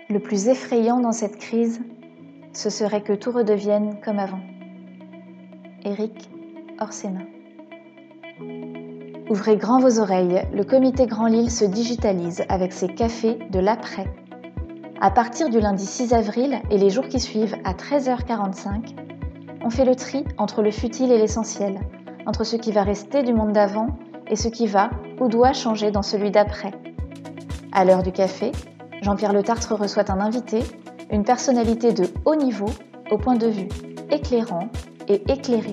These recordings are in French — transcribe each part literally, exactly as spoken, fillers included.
Le plus effrayant dans cette crise, ce serait que tout redevienne comme avant. Éric Orsena. Ouvrez grand vos oreilles, le comité Grand Lille se digitalise avec ses cafés de l'après. À partir du lundi six avril et les jours qui suivent à treize heures quarante-cinq, on fait le tri entre le futile et l'essentiel, entre ce qui va rester du monde d'avant et ce qui va ou doit changer dans celui d'après. À l'heure du café, Jean-Pierre Le Tartre reçoit un invité, une personnalité de haut niveau, au point de vue éclairant et éclairé.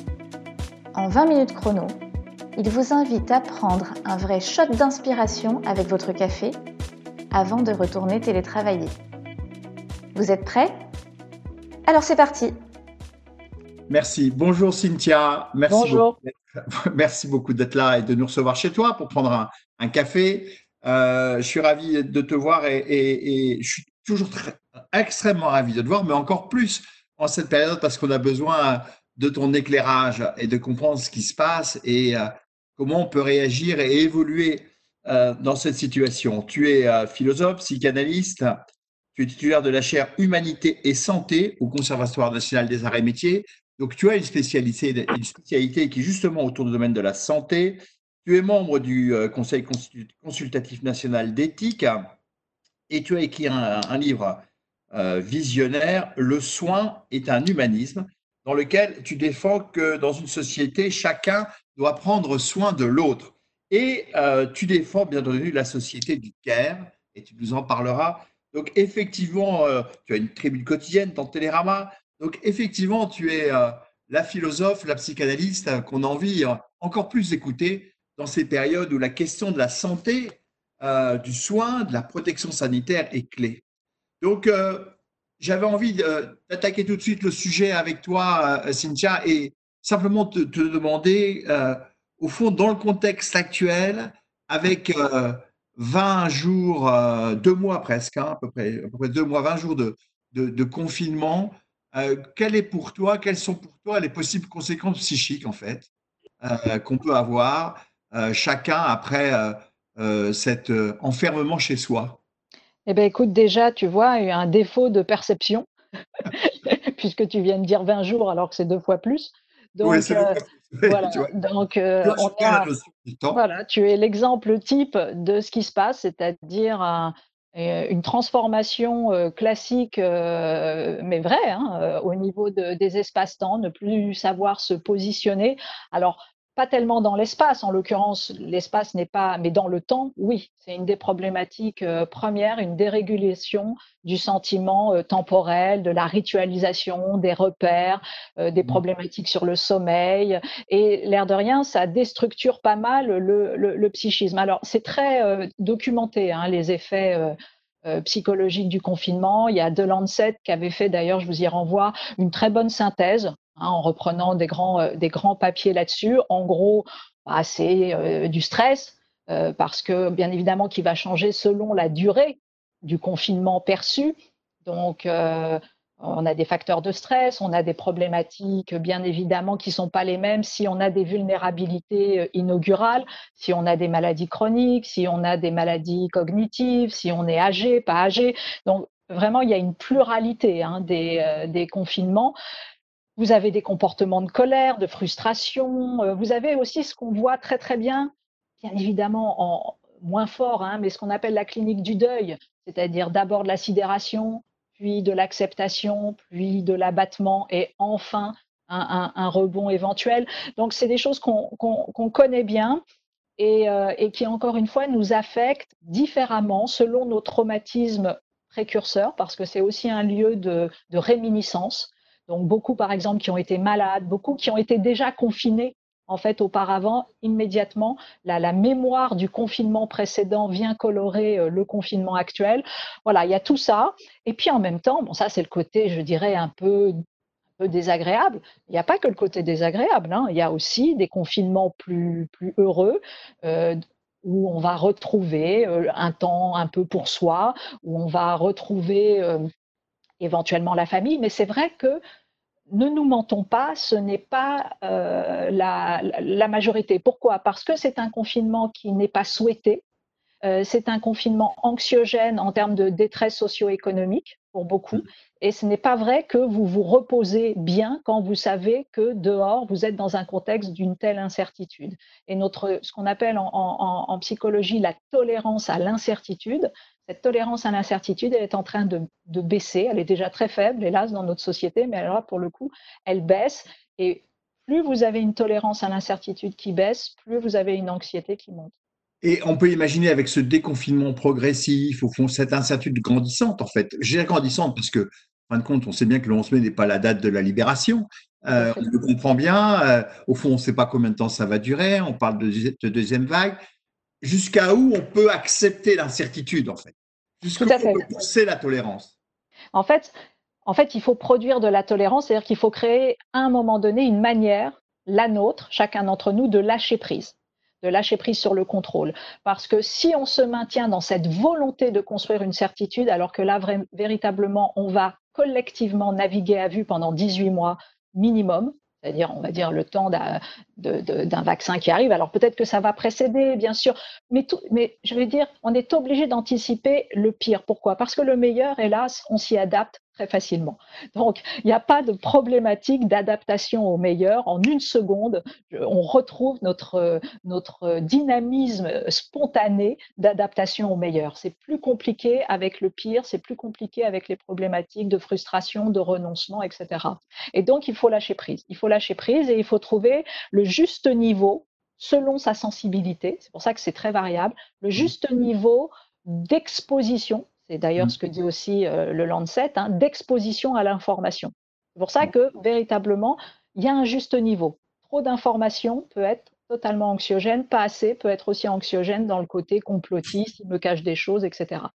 En vingt minutes chrono, il vous invite à prendre un vrai shot d'inspiration avec votre café avant de retourner télétravailler. Vous êtes prêts? Alors c'est parti! Merci. Bonjour Cynthia. Merci Bonjour. beaucoup. Merci beaucoup d'être là et de nous recevoir chez toi pour prendre un, un café. Euh, je suis ravi de te voir et, et, et je suis toujours très, extrêmement ravi de te voir, mais encore plus en cette période parce qu'on a besoin de ton éclairage et de comprendre ce qui se passe et euh, comment on peut réagir et évoluer euh, dans cette situation. Tu es euh, philosophe, psychanalyste, tu es titulaire de la chaire Humanité et Santé au Conservatoire national des arts et métiers. Donc, tu as une spécialité, une spécialité qui est justement autour du domaine de la santé. Tu es membre du Conseil consultatif national d'éthique et tu as écrit un, un livre euh, visionnaire, Le soin est un humanisme, dans lequel tu défends que dans une société, chacun doit prendre soin de l'autre. Et euh, tu défends bien entendu la société du care, et tu nous en parleras. Donc, effectivement, euh, tu as une tribune quotidienne dans Télérama. Donc, effectivement, tu es euh, la philosophe, la psychanalyste euh, qu'on a envie euh, encore plus d'écouter dans ces périodes où la question de la santé, euh, du soin, de la protection sanitaire est clé. Donc, euh, j'avais envie d'attaquer tout de suite le sujet avec toi, euh, Cynthia, et simplement te, te demander, euh, au fond, dans le contexte actuel, avec euh, vingt jours, euh, deux mois presque, hein, à, peu près, à peu près deux mois, vingt jours de, de, de confinement, euh, quelle est pour toi, quelles sont pour toi les possibles conséquences psychiques, en fait, euh, qu'on peut avoir euh, chacun après euh, euh, cet euh, enfermement chez soi? Eh bien, écoute, déjà, tu vois, il y a un défaut de perception, puisque tu viens de dire vingt jours alors que c'est deux fois plus. Oui, Donc, c'est euh, beaucoup. Oui, voilà, tu vois, donc tu euh, vois, on je est perds la un- notion du temps. voilà, tu es l'exemple type de ce qui se passe, c'est-à-dire un- euh, une transformation euh, classique, euh, mais vraie, hein, euh, au niveau de- des espaces-temps, ne plus savoir se positionner. Alors, pas tellement dans l'espace, en l'occurrence, l'espace n'est pas, mais dans le temps, oui, c'est une des problématiques euh, premières, une dérégulation du sentiment euh, temporel, de la ritualisation, des repères, euh, des Mm. problématiques sur le sommeil. Et l'air de rien, ça déstructure pas mal le, le, le psychisme. Alors, c'est très euh, documenté, hein, les effets euh, euh, psychologiques du confinement. Il y a The Lancet qui avait fait, d'ailleurs, je vous y renvoie, une très bonne synthèse, hein, en reprenant des grands, euh, des grands papiers là-dessus. En gros, bah, c'est euh, du stress, euh, parce que, bien évidemment, qui va changer selon la durée du confinement perçu. Donc, euh, on a des facteurs de stress, on a des problématiques, bien évidemment, qui ne sont pas les mêmes si on a des vulnérabilités euh, inaugurales, si on a des maladies chroniques, si on a des maladies cognitives, si on est âgé, pas âgé. Donc, vraiment, il y a une pluralité, hein, des, euh, des confinements. Vous avez des comportements de colère, de frustration. euh, Vous avez aussi ce qu'on voit très, très bien, bien évidemment, en moins fort, hein, mais ce qu'on appelle la clinique du deuil, c'est-à-dire d'abord de la sidération, puis de l'acceptation, puis de l'abattement et enfin un, un, un rebond éventuel. Donc, c'est des choses qu'on qu'on, qu'on connaît bien et, euh, et qui, encore une fois, nous affectent différemment selon nos traumatismes précurseurs, parce que c'est aussi un lieu de, de réminiscence. Donc, beaucoup, par exemple, qui ont été malades, beaucoup qui ont été déjà confinés. En fait, auparavant, immédiatement, la, la mémoire du confinement précédent vient colorer euh, le confinement actuel. Voilà, il y a tout ça. Et puis, en même temps, bon, ça, c'est le côté, je dirais, un peu peu désagréable. Il n'y a pas que le côté désagréable, hein. Il y a aussi des confinements plus, plus heureux, euh, où on va retrouver euh, un temps un peu pour soi, où on va retrouver euh, éventuellement la famille. Mais c'est vrai que, ne nous mentons pas, ce n'est pas euh, la, la majorité. Pourquoi? Parce que c'est un confinement qui n'est pas souhaité, Euh, c'est un confinement anxiogène en termes de détresse socio-économique pour beaucoup. Et ce n'est pas vrai que vous vous reposez bien quand vous savez que dehors, vous êtes dans un contexte d'une telle incertitude. Et notre, ce qu'on appelle en, en, en psychologie la tolérance à l'incertitude, cette tolérance à l'incertitude, elle est en train de, de baisser. Elle est déjà très faible, hélas, dans notre société, mais alors là, pour le coup, elle baisse. Et plus vous avez une tolérance à l'incertitude qui baisse, plus vous avez une anxiété qui monte. Et on peut imaginer avec ce déconfinement progressif, au fond, cette incertitude grandissante, en fait. J'ai grandissante parce que, en fin de compte, on sait bien que le onze mai n'est pas la date de la libération. Euh, on le comprend bien. Euh, au fond, on ne sait pas combien de temps ça va durer. On parle de, de deuxième vague. Jusqu'à où on peut accepter l'incertitude, en fait. Jusqu'à où on peut pousser la tolérance. En fait, en fait, il faut produire de la tolérance, c'est-à-dire qu'il faut créer à un moment donné une manière, la nôtre, chacun d'entre nous, de lâcher prise. de lâcher prise sur le contrôle. Parce que si on se maintient dans cette volonté de construire une certitude, alors que là, véritablement, on va collectivement naviguer à vue pendant dix-huit mois minimum, c'est-à-dire, on va dire, le temps d'un, de, de, d'un vaccin qui arrive. Alors peut-être que ça va précéder, bien sûr, mais, tout, mais je vais dire, on est obligé d'anticiper le pire. Pourquoi? Parce que le meilleur, hélas, on s'y adapte très facilement. Donc, il n'y a pas de problématique d'adaptation au meilleur. En une seconde, on retrouve notre, notre dynamisme spontané d'adaptation au meilleur. C'est plus compliqué avec le pire, c'est plus compliqué avec les problématiques de frustration, de renoncement, et cetera. Et donc, il faut lâcher prise. Il faut lâcher prise et il faut trouver le juste niveau selon sa sensibilité. C'est pour ça que c'est très variable. Le juste niveau d'exposition. C'est d'ailleurs ce que dit aussi euh, le Lancet, hein, d'exposition à l'information. C'est pour ça que véritablement, il y a un juste niveau. Trop d'informations peut être totalement anxiogène, pas assez peut être aussi anxiogène dans le côté complotiste, il me cache des choses, et cetera.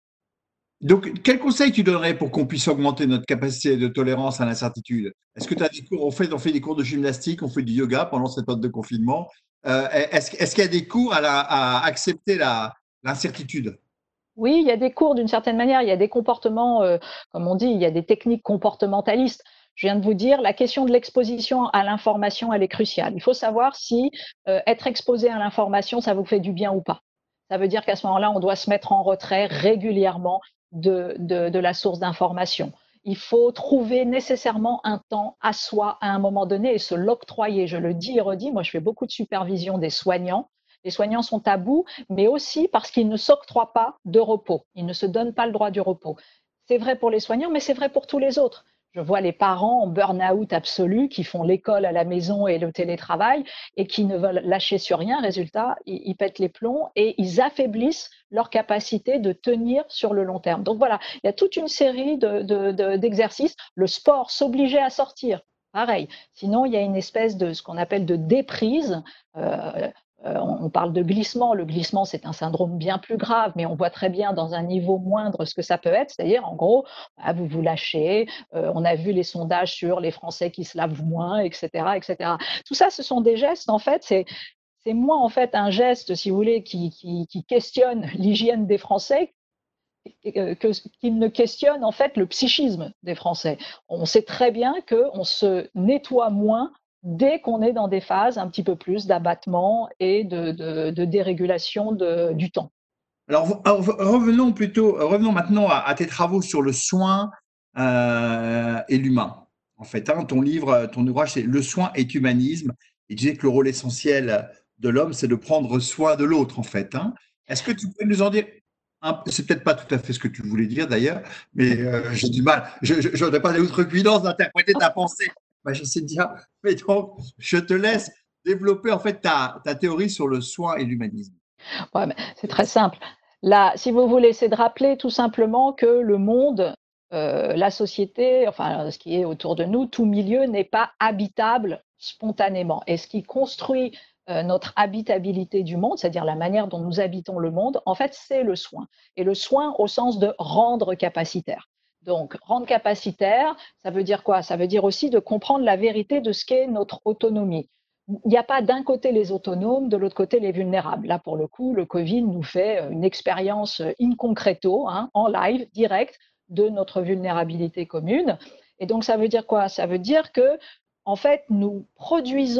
Donc, quel conseil tu donnerais pour qu'on puisse augmenter notre capacité de tolérance à l'incertitude? Est-ce que tu as des cours, on fait, on fait des cours de gymnastique, on fait du yoga pendant cette période de confinement. Euh, est-ce, est-ce qu'il y a des cours à, la, à accepter la, l'incertitude? Oui, il y a des cours d'une certaine manière, il y a des comportements, euh, comme on dit, il y a des techniques comportementalistes. Je viens de vous dire, la question de l'exposition à l'information, elle est cruciale. Il faut savoir si euh, être exposé à l'information, ça vous fait du bien ou pas. Ça veut dire qu'à ce moment-là, on doit se mettre en retrait régulièrement de, de, de la source d'information. Il faut trouver nécessairement un temps à soi à un moment donné et se l'octroyer. Je le dis et redis, moi je fais beaucoup de supervision des soignants. Les soignants sont à bout, mais aussi parce qu'ils ne s'octroient pas de repos. Ils ne se donnent pas le droit du repos. C'est vrai pour les soignants, mais c'est vrai pour tous les autres. Je vois les parents en burn-out absolu qui font l'école à la maison et le télétravail et qui ne veulent lâcher sur rien. Résultat, ils, ils pètent les plombs et ils affaiblissent leur capacité de tenir sur le long terme. Donc voilà, il y a toute une série de, de, de, d'exercices. Le sport, s'obliger à sortir, pareil. Sinon, il y a une espèce de ce qu'on appelle de déprise. Euh, Euh, on parle de glissement. Le glissement, c'est un syndrome bien plus grave, mais on voit très bien dans un niveau moindre ce que ça peut être. C'est-à-dire, en gros, bah, vous vous lâchez. Euh, on a vu les sondages sur les Français qui se lavent moins, et cetera, et cetera. Tout ça, ce sont des gestes, en fait, c'est c'est moins en fait un geste, si vous voulez, qui, qui, qui questionne l'hygiène des Français que, qu'il ne questionne en fait le psychisme des Français. On sait très bien qu'on se nettoie moins dès qu'on est dans des phases un petit peu plus d'abattement et de, de, de dérégulation de, du temps. Alors, revenons plutôt, revenons maintenant à, à tes travaux sur le soin euh, et l'humain. En fait, hein, ton livre, ton ouvrage, c'est Le soin et humanisme. Il disait que le rôle essentiel de l'homme, c'est de prendre soin de l'autre, en fait. Hein. Est-ce que tu peux nous en dire un, c'est peut-être pas tout à fait ce que tu voulais dire d'ailleurs, mais euh, j'ai du mal. Je n'aurais pas l'outrecuidance d'interpréter ta pensée. Bah, j'essaie de dire, mais donc, je te laisse développer en fait ta, ta théorie sur le soin et l'humanisme. Ouais, mais c'est très simple. Là, si vous voulez, c'est de rappeler tout simplement que le monde, euh, la société, enfin ce qui est autour de nous, tout milieu n'est pas habitable spontanément. Et ce qui construit euh, notre habitabilité du monde, c'est-à-dire la manière dont nous habitons le monde, en fait, c'est le soin. Et le soin au sens de rendre capacitaire. Donc, rendre capacitaire, ça veut dire quoi? Ça veut dire aussi de comprendre la vérité de ce qu'est notre autonomie. Il n'y a pas d'un côté les autonomes, de l'autre côté les vulnérables. Là, pour le coup, le Covid nous fait une expérience in concreto, hein, en live, direct, de notre vulnérabilité commune. Et donc, ça veut dire quoi? Ça veut dire que, en fait, nous produisons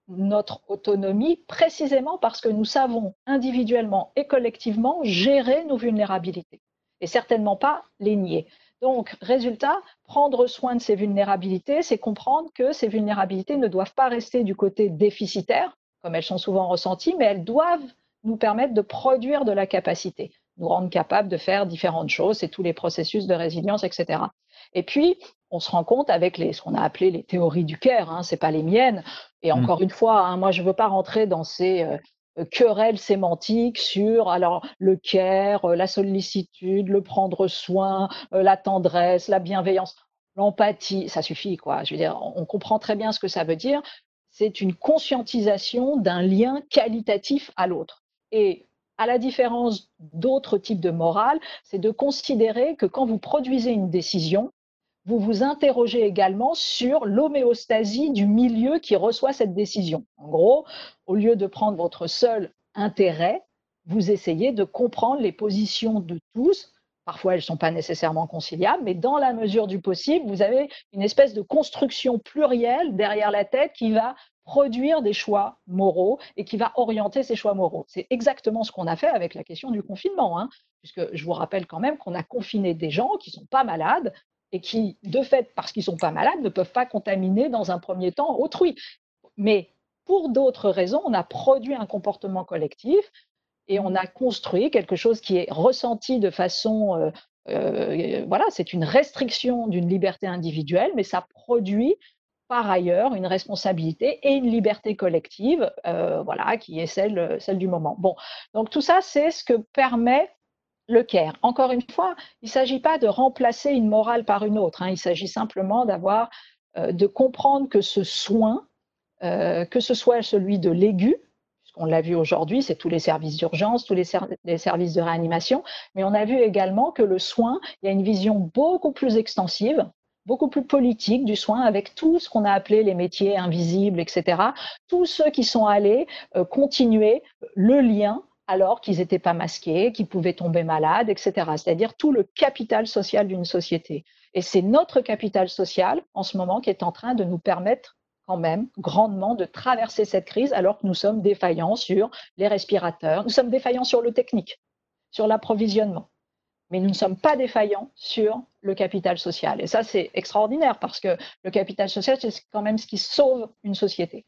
notre autonomie précisément parce que nous savons individuellement et collectivement gérer nos vulnérabilités et certainement pas les nier. Donc, résultat, prendre soin de ces vulnérabilités, c'est comprendre que ces vulnérabilités ne doivent pas rester du côté déficitaire, comme elles sont souvent ressenties, mais elles doivent nous permettre de produire de la capacité, nous rendre capables de faire différentes choses, c'est tous les processus de résilience, et cetera. Et puis, on se rend compte avec les, ce qu'on a appelé les théories du care, hein, ce n'est pas les miennes, et Mmh. encore une fois, hein, moi je ne veux pas rentrer dans ces euh, querelles sémantiques sur alors le care, euh, la sollicitude, le prendre soin, euh, la tendresse, la bienveillance, l'empathie, ça suffit quoi. Je veux dire, on comprend très bien ce que ça veut dire. C'est une conscientisation d'un lien qualitatif à l'autre. Et à la différence d'autres types de morale, c'est de considérer que quand vous produisez une décision, vous vous interrogez également sur l'homéostasie du milieu qui reçoit cette décision. En gros, au lieu de prendre votre seul intérêt, vous essayez de comprendre les positions de tous. Parfois, elles ne sont pas nécessairement conciliables, mais dans la mesure du possible, vous avez une espèce de construction plurielle derrière la tête qui va produire des choix moraux et qui va orienter ces choix moraux. C'est exactement ce qu'on a fait avec la question du confinement, hein, puisque je vous rappelle quand même qu'on a confiné des gens qui ne sont pas malades et qui, de fait, parce qu'ils ne sont pas malades, ne peuvent pas contaminer dans un premier temps autrui. Mais pour d'autres raisons, on a produit un comportement collectif et on a construit quelque chose qui est ressenti de façon… Euh, euh, voilà, c'est une restriction d'une liberté individuelle, mais ça produit par ailleurs une responsabilité et une liberté collective, euh, voilà, qui est celle, celle du moment. Bon, donc tout ça, c'est ce que permet le care. Encore une fois, il ne s'agit pas de remplacer une morale par une autre, hein. Il s'agit simplement d'avoir, euh, de comprendre que ce soin, euh, que ce soit celui de l'aigu, puisqu'on l'a vu aujourd'hui, c'est tous les services d'urgence, tous les, ser les services de réanimation, mais on a vu également que le soin, il y a une vision beaucoup plus extensive, beaucoup plus politique du soin, avec tout ce qu'on a appelé les métiers invisibles, et cetera. Tous ceux qui sont allés euh, continuer le lien alors qu'ils n'étaient pas masqués, qu'ils pouvaient tomber malades, et cetera. C'est-à-dire tout le capital social d'une société. Et c'est notre capital social, en ce moment, qui est en train de nous permettre quand même grandement de traverser cette crise alors que nous sommes défaillants sur les respirateurs, nous sommes défaillants sur le technique, sur l'approvisionnement, mais nous ne sommes pas défaillants sur le capital social. Et ça, c'est extraordinaire parce que le capital social, c'est quand même ce qui sauve une société.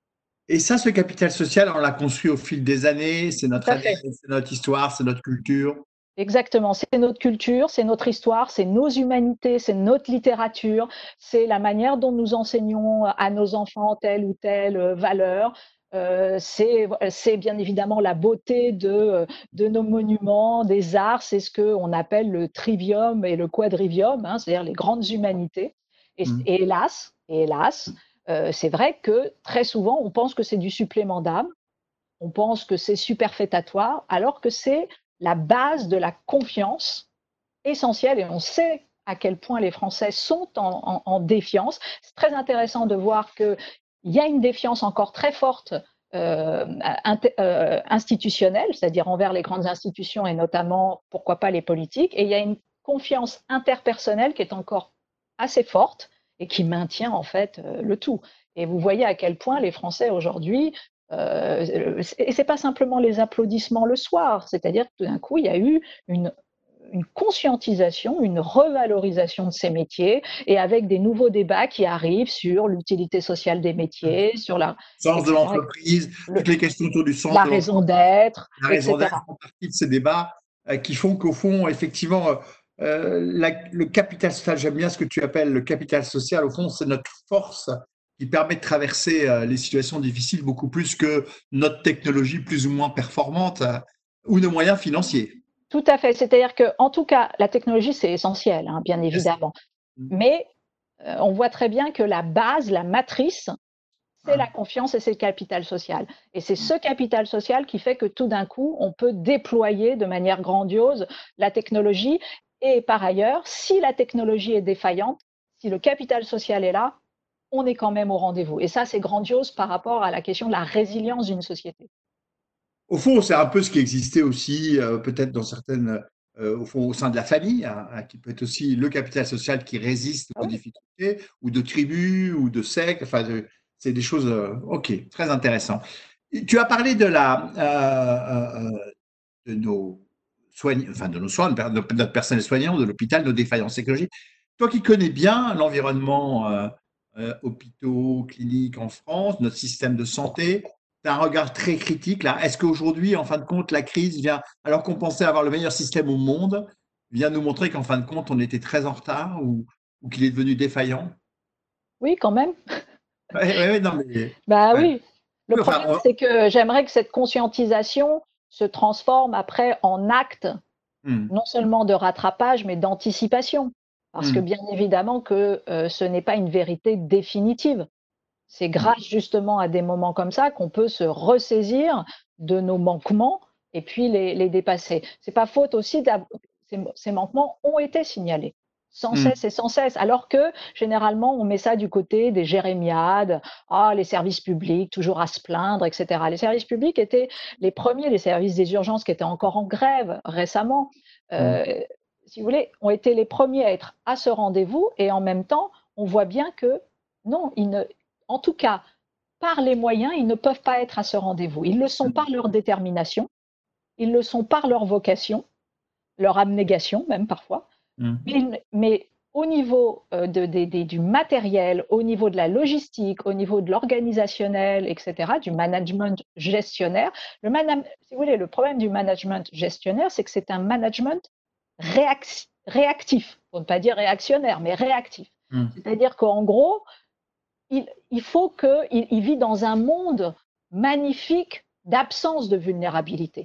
Et ça, ce capital social, on l'a construit au fil des années, c'est notre A D N, c'est notre histoire, c'est notre culture. Exactement, c'est notre culture, c'est notre histoire, c'est nos humanités, c'est notre littérature, c'est la manière dont nous enseignons à nos enfants telle ou telle valeur. Euh, c'est bien évidemment la beauté de, de nos monuments, des arts, c'est ce qu'on appelle le trivium et le quadrivium, hein, c'est-à-dire les grandes humanités. Et, mmh. et hélas, et hélas euh, c'est vrai que très souvent, on pense que c'est du supplément d'âme, on pense que c'est superfétatoire, alors que c'est la base de la confiance essentielle, et on sait à quel point les Français sont en, en, en défiance. C'est très intéressant de voir qu'il y a une défiance encore très forte euh, euh, institutionnelle, c'est-à-dire envers les grandes institutions et notamment, pourquoi pas, les politiques, et il y a une confiance interpersonnelle qui est encore assez forte et qui maintient en fait euh, le tout. Et vous voyez à quel point les Français aujourd'hui… Euh, et c'est pas simplement les applaudissements le soir, c'est-à-dire que tout d'un coup, il y a eu une, une conscientisation, une revalorisation de ces métiers, et avec des nouveaux débats qui arrivent sur l'utilité sociale des métiers, sur la sens de l'entreprise, toutes les questions autour du sens, la raison d'être, la raison d'être font partie de ces débats euh, qui font qu'au fond, effectivement, euh, la, le capital social, j'aime bien ce que tu appelles le capital social, au fond, c'est notre force qui permet de traverser euh, les situations difficiles beaucoup plus que notre technologie plus ou moins performante euh, ou nos moyens financiers. Tout à fait. C'est-à-dire que, en tout cas, la technologie, c'est essentiel, hein, bien évidemment. Yes. Mais euh, on voit très bien que la base, la matrice, c'est ah. la confiance et c'est le capital social. Et c'est ce capital social qui fait que tout d'un coup, on peut déployer de manière grandiose la technologie. Et par ailleurs, si la technologie est défaillante, si le capital social est là, on est quand même au rendez-vous. Et ça, c'est grandiose par rapport à la question de la résilience d'une société. Au fond, c'est un peu ce qui existait aussi, euh, peut-être dans certaines, euh, au fond, au sein de la famille, hein, qui peut être aussi le capital social qui résiste aux oui. difficultés, ou de tribus, ou de sectes. Enfin, de, c'est des choses, euh, ok, très intéressant. Tu as parlé de la, euh, euh, de nos soignants, enfin de nos soins, de notre personnel soignant, de l'hôpital, nos défaillances écologiques. Toi qui connais bien l'environnement euh, euh, hôpitaux, cliniques en France, notre système de santé, tu as un regard très critique là. Est-ce qu'aujourd'hui, en fin de compte, la crise vient, alors qu'on pensait avoir le meilleur système au monde, vient nous montrer qu'en fin de compte, on était très en retard ou, ou qu'il est devenu défaillant? Oui, quand même. Oui, ouais, ouais, non, mais. Bah Ouais. oui. Le Oui, enfin, problème, on- c'est que j'aimerais que cette conscientisation se transforme après en acte, hmm, non seulement de rattrapage, mais d'anticipation. Parce que hmm, bien évidemment que euh, ce n'est pas une vérité définitive. C'est hmm, grâce justement à des moments comme ça qu'on peut se ressaisir de nos manquements et puis les, les dépasser. C'est pas faute aussi d'avoir ces, ces manquements ont été signalés sans hmm, cesse et sans cesse, alors que généralement on met ça du côté des jérémiades, ah les services publics toujours à se plaindre, et cetera. Les services publics étaient les premiers, les services des urgences qui étaient encore en grève récemment, hmm, euh, si vous voulez, ont été les premiers à être à ce rendez-vous et en même temps on voit bien que non, ils ne, en tout cas, par les moyens, ils ne peuvent pas être à ce rendez-vous. Ils le sont hmm, par leur détermination, ils le sont par leur vocation, leur abnégation même parfois, hmm. mais, mais au niveau euh, de, de, de, du matériel, au niveau de la logistique, au niveau de l'organisationnel, et cetera, du management gestionnaire, le manam si vous voulez, le problème du management gestionnaire, c'est que c'est un management réac réactif, pour ne pas dire réactionnaire, mais réactif. Hmm. C'est-à-dire qu'en gros, il, il faut qu'il il vit dans un monde magnifique d'absence de vulnérabilité.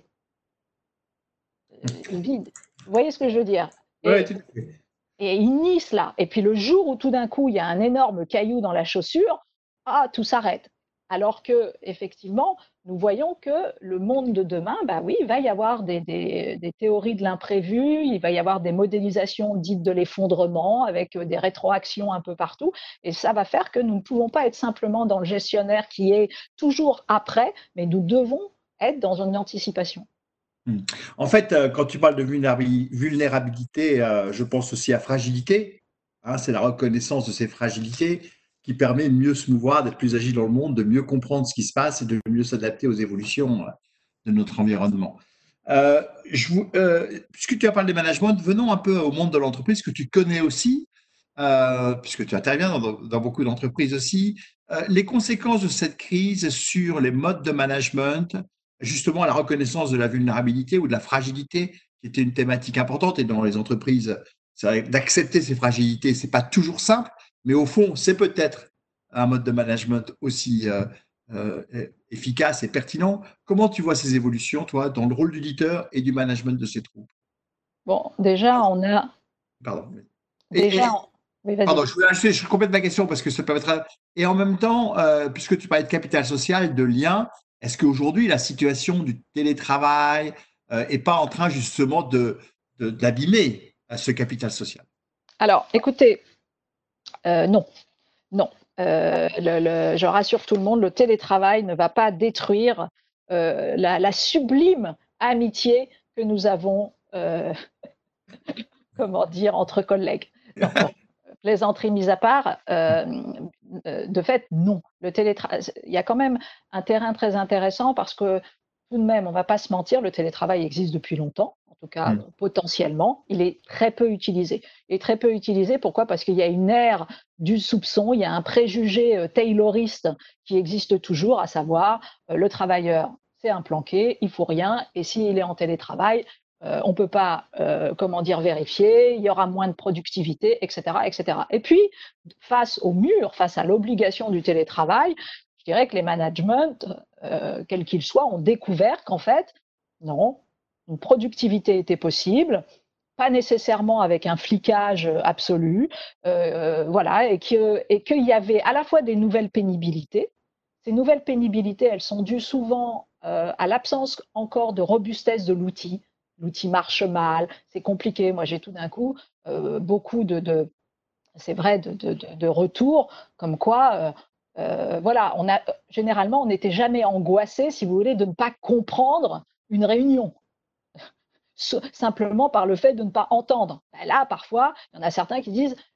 Il vit, vous voyez ce que je veux dire? Ouais, Et, tout à fait. et il nie cela. Et puis le jour où tout d'un coup il y a un énorme caillou dans la chaussure, ah, tout s'arrête. Alors que effectivement, nous voyons que le monde de demain, bah oui, il va y avoir des, des, des théories de l'imprévu, il va y avoir des modélisations dites de l'effondrement avec des rétroactions un peu partout. Et ça va faire que nous ne pouvons pas être simplement dans le gestionnaire qui est toujours après, mais nous devons être dans une anticipation. Hmm. En fait, euh, quand tu parles de vulnérabili- vulnérabilité, euh, je pense aussi à fragilité. Hein, c'est la reconnaissance de ces fragilités qui permet de mieux se mouvoir, d'être plus agile dans le monde, de mieux comprendre ce qui se passe et de mieux s'adapter aux évolutions euh, de notre environnement. Euh, je vous- euh, puisque tu as parlé de management, venons un peu au monde de l'entreprise que tu connais aussi, euh, puisque tu interviens dans, dans beaucoup d'entreprises aussi. Euh, les conséquences de cette crise sur les modes de management, justement à la reconnaissance de la vulnérabilité ou de la fragilité, qui était une thématique importante et dans les entreprises, d'accepter ces fragilités, c'est pas toujours simple, mais au fond, c'est peut-être un mode de management aussi euh, euh, efficace et pertinent. Comment tu vois ces évolutions, toi, dans le rôle du leader et du management de ces troupes? Bon, déjà, on a. Pardon. Et, Déjà, et, on- oui, vas-y. pardon, je, je, je complète ma question parce que ça permettra. Et en même temps, euh, puisque tu parlais de capital social, de lien, est-ce qu'aujourd'hui la situation du télétravail euh, est pas en train justement de, de, d'abîmer euh, ce capital social? Alors, écoutez, euh, non, non. Euh, le, le, je rassure tout le monde, le télétravail ne va pas détruire euh, la, la, sublime amitié que nous avons, euh, comment dire, entre collègues. Non, bon, plaisanterie mise à part, euh, de fait, non. Le télétravail, il y a quand même un terrain très intéressant parce que tout de même, on ne va pas se mentir, le télétravail existe depuis longtemps, en tout cas Hmm. potentiellement, il est très peu utilisé. Il est très peu utilisé, pourquoi? Parce qu'il y a une ère du soupçon, il y a un préjugé euh, tayloriste qui existe toujours, à savoir euh, le travailleur, c'est un planqué, il faut rien, et s'il est en télétravail, euh, on ne peut pas, euh, comment dire, vérifier, il y aura moins de productivité, et cetera, et cetera. Et puis, face au mur, face à l'obligation du télétravail, je dirais que les managements, euh, quels qu'ils soient, ont découvert qu'en fait, non, une productivité était possible, pas nécessairement avec un flicage absolu, euh, voilà, et qu'il et qu'il y avait à la fois des nouvelles pénibilités. Ces nouvelles pénibilités, elles sont dues souvent euh, à l'absence encore de robustesse de l'outil. L'outil marche mal, c'est compliqué. Moi, j'ai tout d'un coup euh, beaucoup de, de c'est vrai, de, de, de retours comme quoi, euh, euh, voilà, on a, généralement, on n'était jamais angoissé, si vous voulez, de ne pas comprendre une réunion simplement par le fait de ne pas entendre. Ben là, parfois, il y en a certains qui disent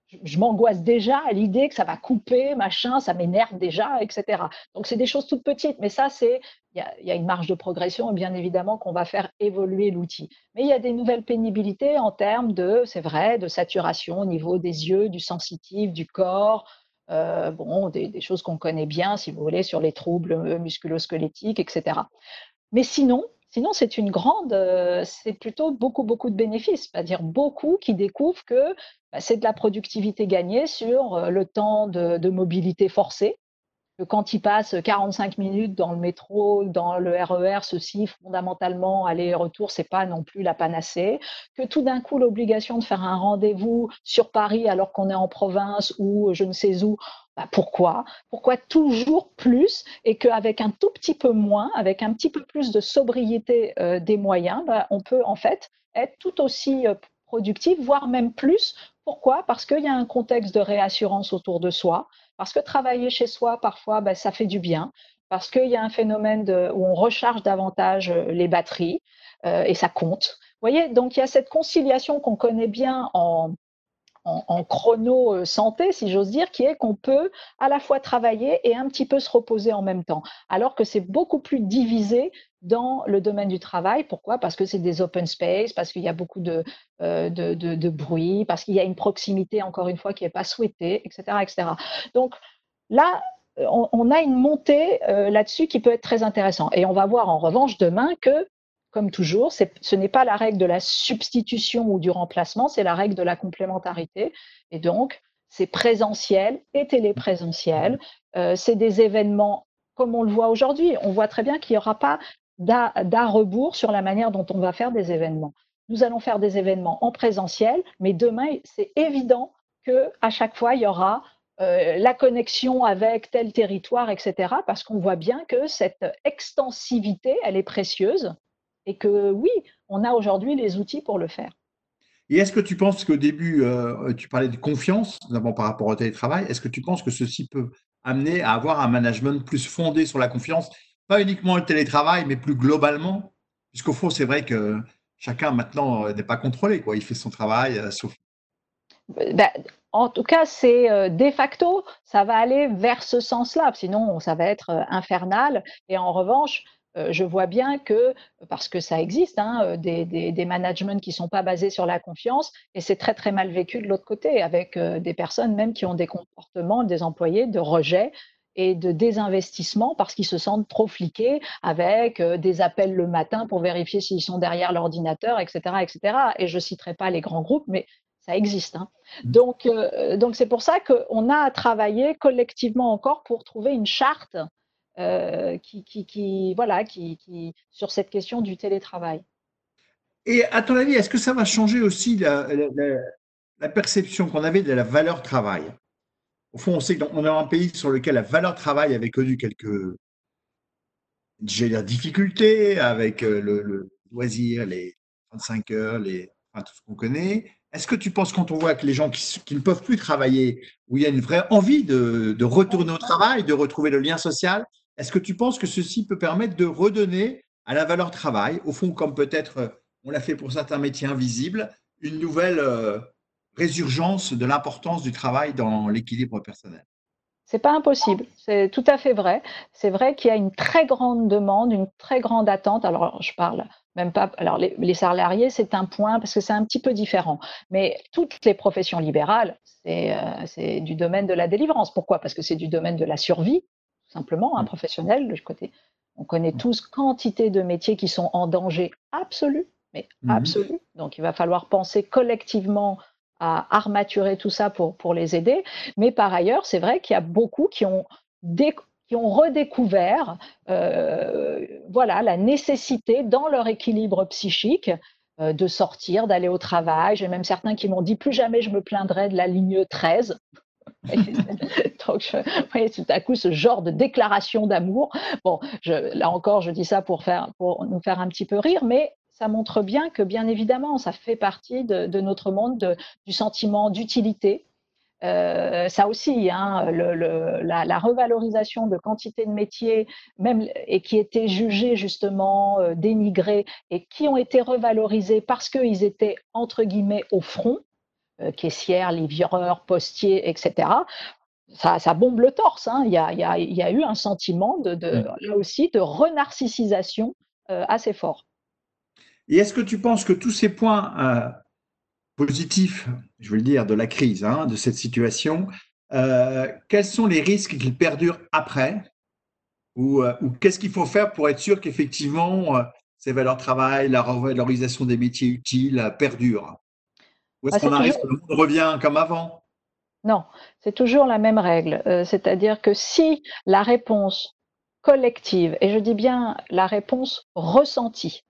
je, je m'angoisse déjà à l'idée que ça va couper, machin, ça m'énerve déjà, et cetera. Donc c'est des choses toutes petites, mais ça c'est, il y a, il y a une marge de progression et bien évidemment qu'on va faire évoluer l'outil. Mais il y a des nouvelles pénibilités en termes de, c'est vrai, de saturation au niveau des yeux, du sensitif, du corps. Euh, bon, des, des choses qu'on connaît bien, si vous voulez, sur les troubles musculo-squelettiques, et cetera. Mais sinon, sinon c'est une grande, euh, c'est plutôt beaucoup, beaucoup de bénéfices, c'est-à-dire beaucoup qui découvrent que bah, c'est de la productivité gagnée sur euh, le temps de, de mobilité forcée, que quand ils passent quarante-cinq minutes dans le métro, dans le R E R, ceci, fondamentalement, aller-retour, c'est pas non plus la panacée, que tout d'un coup, l'obligation de faire un rendez-vous sur Paris alors qu'on est en province ou je ne sais où, bah pourquoi? Pourquoi toujours plus et qu'avec un tout petit peu moins, avec un petit peu plus de sobriété euh, des moyens, bah, on peut en fait être tout aussi euh, productif, voire même plus. Pourquoi? Parce qu'il y a un contexte de réassurance autour de soi, parce que travailler chez soi, parfois, ben, ça fait du bien, parce qu'il y a un phénomène de, où on recharge davantage euh, les batteries euh, et ça compte. Vous voyez, donc il y a cette conciliation qu'on connaît bien en, en, en chrono euh, santé, si j'ose dire, qui est qu'on peut à la fois travailler et un petit peu se reposer en même temps, alors que c'est beaucoup plus divisé dans le domaine du travail. Pourquoi? Parce que c'est des open space, parce qu'il y a beaucoup de, euh, de, de, de bruit, parce qu'il y a une proximité, encore une fois, qui n'est pas souhaitée, et cetera, et cetera. Donc là, on, on a une montée euh, là-dessus qui peut être très intéressant. Et on va voir en revanche demain que comme toujours, ce n'est pas la règle de la substitution ou du remplacement, c'est la règle de la complémentarité. Et donc, c'est présentiel et téléprésentiel. Euh, c'est des événements comme on le voit aujourd'hui. On voit très bien qu'il n'y aura pas d'à rebours sur la manière dont on va faire des événements. Nous allons faire des événements en présentiel, mais demain, c'est évident qu'à chaque fois, il y aura euh, la connexion avec tel territoire, et cetera, parce qu'on voit bien que cette extensivité, elle est précieuse et que oui, on a aujourd'hui les outils pour le faire. Et est-ce que tu penses qu'au début, euh, tu parlais de confiance, notamment par rapport au télétravail, est-ce que tu penses que ceci peut amener à avoir un management plus fondé sur la confiance, pas uniquement le télétravail, mais plus globalement? Puisqu'au fond, c'est vrai que chacun maintenant euh, n'est pas contrôlé, quoi. Il fait son travail, euh, sauf. Ben, en tout cas, c'est euh, de facto, ça va aller vers ce sens-là, sinon ça va être euh, infernal. Et en revanche, euh, je vois bien que, parce que ça existe, hein, euh, des, des, des managements qui ne sont pas basés sur la confiance, et c'est très très mal vécu de l'autre côté, avec euh, des personnes même qui ont des comportements, des employés de rejet et de désinvestissement parce qu'ils se sentent trop fliqués avec euh, des appels le matin pour vérifier s'ils sont derrière l'ordinateur, et cetera, et cetera. Et je ne citerai pas les grands groupes, mais ça existe. Hein. Donc, euh, donc c'est pour ça qu'on a à travailler collectivement encore pour trouver une charte euh, qui, qui, qui, voilà, qui, qui, sur cette question du télétravail. Et à ton avis, est-ce que ça va changer aussi la, la, la, la perception qu'on avait de la valeur travail? Au fond, on sait qu'on est un pays sur lequel la valeur travail avait connu quelques j'ai difficultés avec euh, le, le loisir, les trente-cinq heures, les, enfin, tout ce qu'on connaît. Est-ce que tu penses quand on voit que les gens qui, qui ne peuvent plus travailler, où il y a une vraie envie de, de retourner au travail, de retrouver le lien social, est-ce que tu penses que ceci peut permettre de redonner à la valeur travail, au fond, comme peut-être euh, on l'a fait pour certains métiers invisibles, une nouvelle euh, résurgence de l'importance du travail dans l'équilibre personnel? C'est pas impossible, c'est tout à fait vrai. C'est vrai qu'il y a une très grande demande, une très grande attente. Alors, je parle même pas. Alors, les, les salariés, c'est un point parce que c'est un petit peu différent. Mais toutes les professions libérales, c'est euh, c'est du domaine de la délivrance. Pourquoi? Parce que c'est du domaine de la survie, tout simplement, un professionnel. De côté, on connaît tous quantité de métiers qui sont en danger absolu, mais Mhm. absolu. Donc, il va falloir penser collectivement à armaturer tout ça pour, pour les aider. Mais par ailleurs, c'est vrai qu'il y a beaucoup qui ont, dé, qui ont redécouvert euh, voilà, la nécessité dans leur équilibre psychique euh, de sortir, d'aller au travail. J'ai même certains qui m'ont dit plus jamais je me plaindrai de la ligne treize. Donc, je, vous voyez, tout à coup, ce genre de déclaration d'amour. Bon, je, là encore, je dis ça pour, faire, pour nous faire un petit peu rire, mais ça montre bien que, bien évidemment, ça fait partie de, de notre monde, de, du sentiment d'utilité. Euh, ça aussi, hein, le, le, la, la revalorisation de quantité de métiers, même et qui étaient jugés justement euh, dénigrés et qui ont été revalorisés parce qu'ils étaient entre guillemets au front. euh, caissières, livreurs, postiers, et cetera. Ça, ça bombe le torse. Hein. Il y a, il y a, il y a eu un sentiment de, de là aussi de renarcissisation euh, assez fort. Et est-ce que tu penses que tous ces points euh, positifs, je veux le dire, de la crise, hein, de cette situation, euh, quels sont les risques qu'ils perdurent après? Ou, euh, ou qu'est-ce qu'il faut faire pour être sûr qu'effectivement, euh, ces valeurs travail, la revalorisation des métiers utiles euh, perdurent? Ou est-ce Bah, qu'on c'est arrive toujours, que le monde revient comme avant? non, c'est toujours la même règle. Euh, c'est-à-dire que si la réponse collective, et je dis bien la réponse ressentie,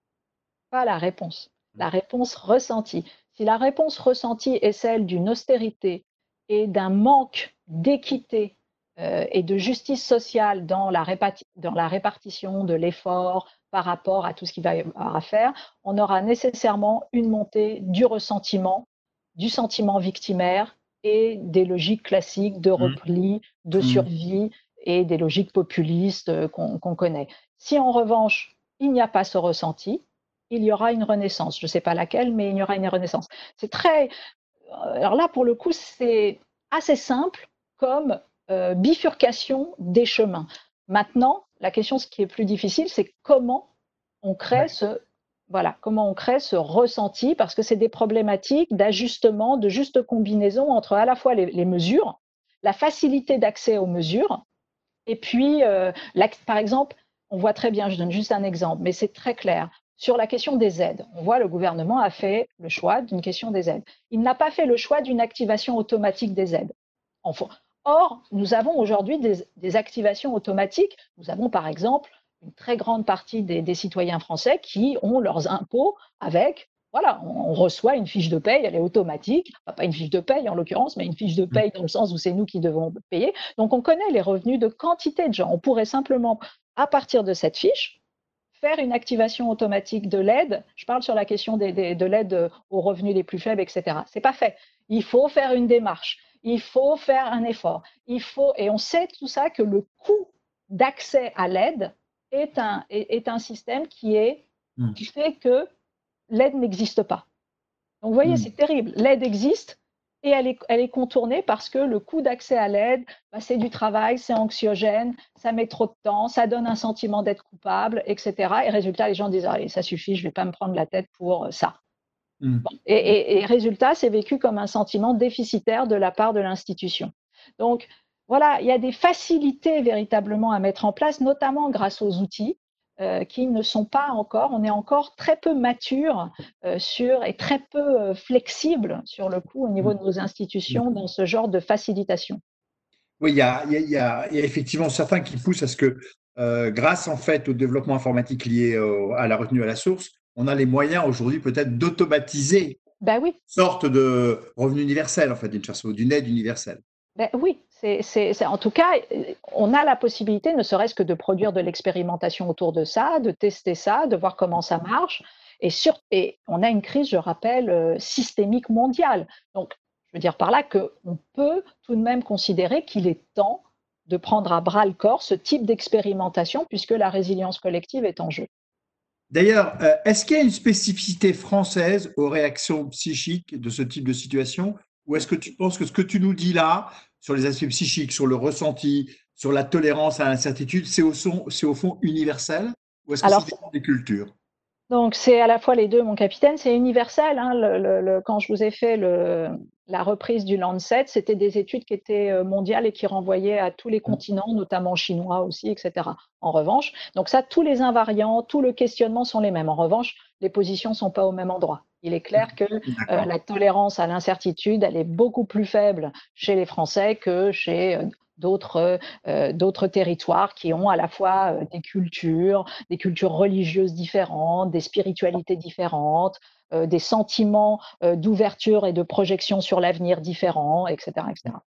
pas la réponse, la réponse ressentie. Si la réponse ressentie est celle d'une austérité et d'un manque d'équité euh, et de justice sociale dans la, réparti- dans la répartition de l'effort par rapport à tout ce qu'il va y avoir à faire, on aura nécessairement une montée du ressentiment, du sentiment victimaire et des logiques classiques de Mmh. repli, de Mmh. survie et des logiques populistes euh, qu'on qu'on connaît. Si en revanche, il n'y a pas ce ressenti, il y aura une renaissance. Je ne sais pas laquelle, mais il y aura une renaissance. C'est très. Alors là, pour le coup, c'est assez simple comme euh, bifurcation des chemins. Maintenant, la question, ce qui est plus difficile, c'est comment on crée ce. Voilà, comment on crée ce ressenti, parce que c'est des problématiques d'ajustement, de juste combinaison entre à la fois les, les mesures, la facilité d'accès aux mesures, et puis, euh, la, par exemple, on voit très bien, je donne juste un exemple, mais c'est très clair, sur la question des aides. On voit le gouvernement a fait le choix d'une question des aides. Il n'a pas fait le choix d'une activation automatique des aides. Enfin, or, nous avons aujourd'hui des, des, activations automatiques. Nous avons par exemple une très grande partie des, des citoyens français qui ont leurs impôts avec, voilà, on, on reçoit une fiche de paye, elle est automatique, enfin, pas une fiche de paye en l'occurrence, mais une fiche de paye dans le sens où c'est nous qui devons payer. Donc on connaît les revenus de quantité de gens. On pourrait simplement, à partir de cette fiche, faire une activation automatique de l'aide. Je parle sur la question des, des, de l'aide aux revenus les plus faibles, et cetera. C'est pas fait. Il faut faire une démarche. Il faut faire un effort. Il faut, et on sait tout ça que le coût d'accès à l'aide est un, est, est un système qui, est, qui fait que l'aide n'existe pas. Donc vous voyez, Mmh. c'est terrible. L'aide existe et elle est, elle est contournée parce que le coût d'accès à l'aide, bah, c'est du travail, c'est anxiogène, ça met trop de temps, ça donne un sentiment d'être coupable, et cetera. Et résultat, les gens disent, allez, ça suffit, je ne vais pas me prendre la tête pour ça. Mmh. Bon. Et, et, et résultat, c'est vécu comme un sentiment déficitaire de la part de l'institution. Donc voilà, il y a des facilités véritablement à mettre en place, notamment grâce aux outils. Euh, qui ne sont pas encore, on est encore très peu mature euh, sur et très peu euh, flexible sur le coup au niveau de nos institutions dans ce genre de facilitation. Oui, il y a, il y a, il y a, il y a effectivement certains qui poussent à ce que, euh, grâce en fait au développement informatique lié au, à la retenue à la source, on a les moyens aujourd'hui peut-être d'automatiser Ben oui. une sorte de revenu universel en fait, d'une façon, d'une aide universelle. Ben oui, c'est, c'est, c'est, en tout cas, on a la possibilité, ne serait-ce que de produire de l'expérimentation autour de ça, de tester ça, de voir comment ça marche. Et, sur, et on a une crise, je rappelle, euh, systémique mondiale. Donc, je veux dire par là qu'on peut tout de même considérer qu'il est temps de prendre à bras le corps ce type d'expérimentation, puisque la résilience collective est en jeu. D'ailleurs, euh, est-ce qu'il y a une spécificité française aux réactions psychiques de ce type de situation? Ou est-ce que tu penses que ce que tu nous dis là, sur les aspects psychiques, sur le ressenti, sur la tolérance à l'incertitude, c'est au, son, c'est au fond universel? Ou est-ce que Alors, c'est des cultures? Donc c'est à la fois les deux, mon capitaine, c'est universel. Hein, le, le, le, quand je vous ai fait le, la reprise du Lancet, c'était des études qui étaient mondiales et qui renvoyaient à tous les continents, notamment chinois aussi, et cetera. En revanche, donc ça, tous les invariants, tout le questionnement sont les mêmes. En revanche, les positions ne sont pas au même endroit. Il est clair que euh, la tolérance à l'incertitude, elle est beaucoup plus faible chez les Français que chez euh, d'autres euh, d'autres territoires qui ont à la fois euh, des cultures, des cultures religieuses différentes, des spiritualités différentes, euh, des sentiments euh, d'ouverture et de projection sur l'avenir différents, et cetera, et cetera.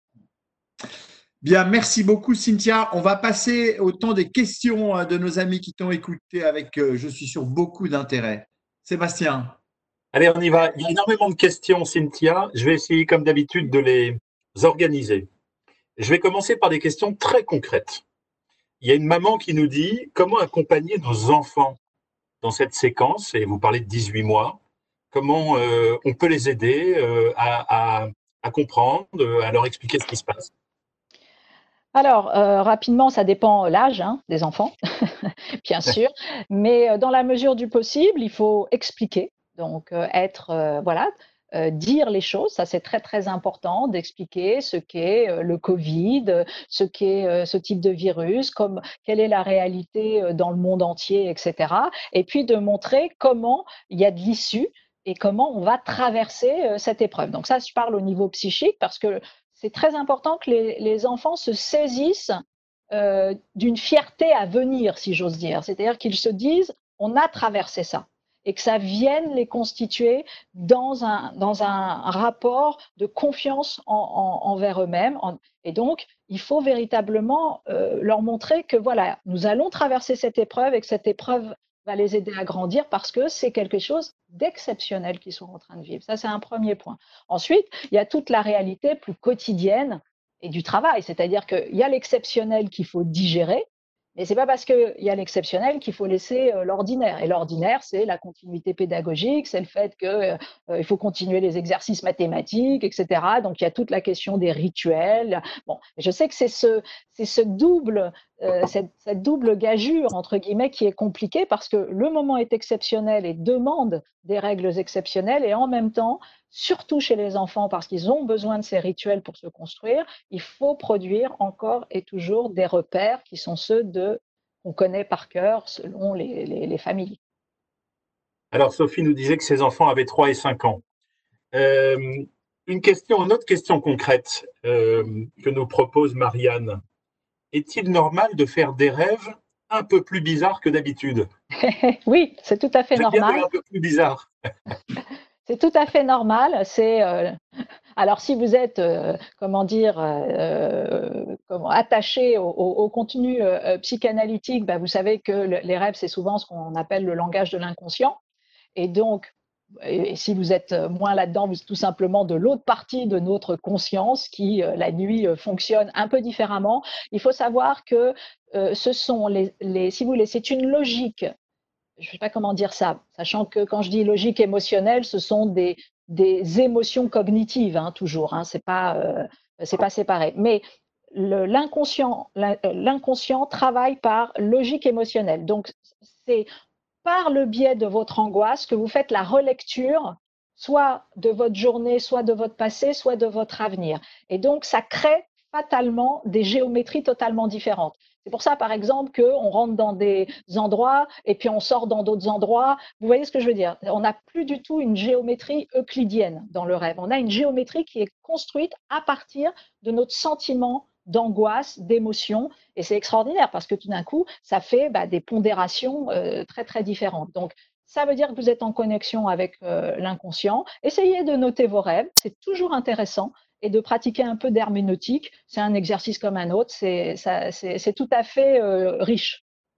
Bien, merci beaucoup Cynthia. On va passer au temps des questions de nos amis qui t'ont écouté avec, je suis sûr, beaucoup d'intérêt. Sébastien. Allez, on y va. Il y a énormément de questions, Cynthia. Je vais essayer, comme d'habitude, de les organiser. Je vais commencer par des questions très concrètes. Il y a une maman qui nous dit comment accompagner nos enfants dans cette séquence, et vous parlez de dix-huit mois, comment euh, on peut les aider euh, à, à, à comprendre, à leur expliquer ce qui se passe? Alors, euh, rapidement, ça dépend l'âge hein, des enfants, bien sûr, mais euh, dans la mesure du possible, il faut expliquer, donc euh, être, euh, voilà, euh, dire les choses, ça c'est très très important d'expliquer ce qu'est euh, le Covid, euh, ce qu'est euh, ce type de virus, comme quelle est la réalité euh, dans le monde entier, et cetera. Et puis de montrer comment il y a de l'issue et comment on va traverser euh, cette épreuve. Donc ça, je parle au niveau psychique parce que c'est très important que les, les enfants se saisissent euh, d'une fierté à venir, si j'ose dire. C'est-à-dire qu'ils se disent, on a traversé ça, et que ça vienne les constituer dans un, dans un rapport de confiance en, en, envers eux-mêmes. En, et donc, il faut véritablement euh, leur montrer que voilà, nous allons traverser cette épreuve et que cette épreuve va les aider à grandir parce que c'est quelque chose d'exceptionnel qu'ils sont en train de vivre. Ça, c'est un premier point. Ensuite, il y a toute la réalité plus quotidienne et du travail, c'est-à-dire qu'il y a l'exceptionnel qu'il faut digérer, mais c'est pas parce qu'il y a l'exceptionnel qu'il faut laisser euh, l'ordinaire. Et l'ordinaire, c'est la continuité pédagogique, c'est le fait qu'il euh, faut continuer les exercices mathématiques, et cetera. Donc il y a toute la question des rituels. Bon, je sais que c'est ce, c'est ce double, euh, cette, cette double gageure entre guillemets qui est compliquée parce que le moment est exceptionnel et demande des règles exceptionnelles et en même temps, surtout chez les enfants parce qu'ils ont besoin de ces rituels pour se construire, il faut produire encore et toujours des repères qui sont ceux de qu'on connaît par cœur selon les, les, les familles. Alors, Sophie nous disait que ses enfants avaient trois et cinq ans. Euh, une question, une autre question concrète euh, que nous propose Marianne. Est-il normal de faire des rêves un peu plus bizarres que d'habitude? Oui, c'est tout à fait J'aime bien normal. dire un peu plus bizarre. C'est tout à fait normal. C'est euh, alors si vous êtes, euh, comment dire, euh, comment, attaché au, au, au contenu euh, psychanalytique, bah, vous savez que le, les rêves c'est souvent ce qu'on appelle le langage de l'inconscient. Et donc, et si vous êtes moins là-dedans, vous êtes tout simplement de l'autre partie de notre conscience qui, euh, la nuit, euh, fonctionne un peu différemment. Il faut savoir que euh, ce sont les, les, si vous voulez, c'est une logique. Je ne sais pas comment dire ça, sachant que quand je dis logique émotionnelle, ce sont des, des émotions cognitives, hein, toujours. Hein, c'est pas, euh, c'est pas séparé. Mais l'inconscient, l'inconscient travaille par logique émotionnelle. Donc, c'est par le biais de votre angoisse que vous faites la relecture soit de votre journée, soit de votre passé, soit de votre avenir. Et donc, ça crée fatalement des géométries totalement différentes. C'est pour ça, par exemple, qu'on rentre dans des endroits et puis on sort dans d'autres endroits. Vous voyez ce que je veux dire? On n'a plus du tout une géométrie euclidienne dans le rêve. On a une géométrie qui est construite à partir de notre sentiment d'angoisse, d'émotion. Et c'est extraordinaire parce que tout d'un coup, ça fait bah, des pondérations euh, très, très différentes. Donc, ça veut dire que vous êtes en connexion avec euh, l'inconscient. Essayez de noter vos rêves, c'est toujours intéressant. Et de pratiquer un peu d'herméneutique, c'est un exercice comme un autre, c'est tout à fait euh, riche.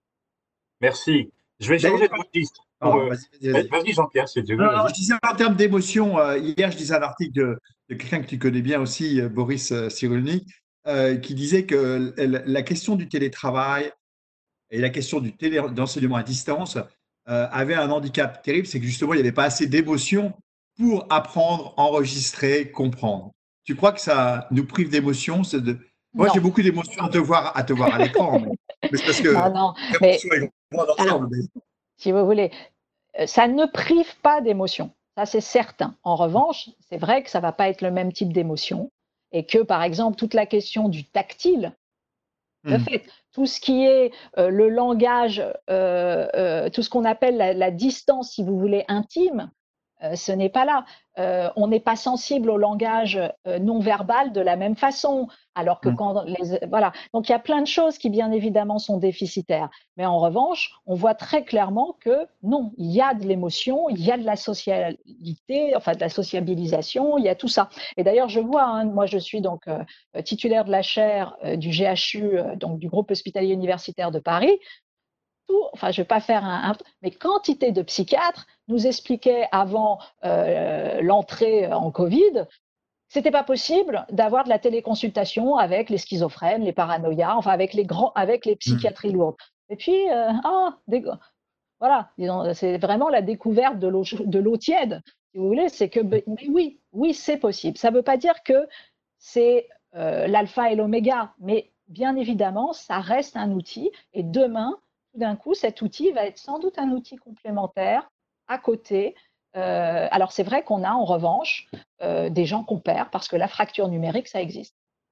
Merci. Je vais changer de registre. Oh, euh... Vas-y, vas-y. Vas-y Jean-Pierre, c'est Dieu. Je disais en termes d'émotion, euh, hier je lisais un article de, de quelqu'un que tu connais bien aussi, Boris Cyrulnik, euh, qui disait que la question du télétravail et la question du télé, d'enseignement à distance euh, avait un handicap terrible, c'est que justement il n'y avait pas assez d'émotion pour apprendre, enregistrer, comprendre. Tu crois que ça nous prive d'émotion? de... Moi, j'ai beaucoup d'émotion à te voir à, te voir à l'écran, mais, mais c'est parce que non, non, mais, alors, mais... si vous voulez, ça ne prive pas d'émotion, ça c'est certain. En revanche, c'est vrai que ça ne va pas être le même type d'émotion et que, par exemple, toute la question du tactile, de fait, tout ce qui est euh, le langage, euh, euh, tout ce qu'on appelle la, la distance, si vous voulez, intime, euh, ce n'est pas là. Euh, on n'est pas sensible au langage euh, non verbal de la même façon, alors que quand les voilà. Donc il y a plein de choses qui bien évidemment sont déficitaires. Mais en revanche, on voit très clairement que non, il y a de l'émotion, il y a de la socialité, enfin de la sociabilisation, il y a tout ça. Et d'ailleurs, je vois, hein, moi je suis donc euh, titulaire de la chaire euh, du G H U, euh, donc du groupe hospitalier universitaire de Paris. Tout, enfin je ne vais pas faire un, un, mais quantité de psychiatres nous expliquaient avant euh, l'entrée en Covid, c'était pas possible d'avoir de la téléconsultation avec les schizophrènes, les paranoïas, enfin avec les grands, avec les psychiatries lourdes. Et puis, euh, ah, des, voilà, c'est vraiment la découverte de l'eau, de l'eau tiède. si vous voulez, c'est que mais oui, oui, c'est possible. Ça ne veut pas dire que c'est euh, l'alpha et l'oméga, mais bien évidemment, ça reste un outil. Et demain, tout d'un coup, cet outil va être sans doute un outil complémentaire à côté. Euh, alors c'est vrai qu'on a en revanche euh, des gens qu'on perd parce que la fracture numérique, ça existe.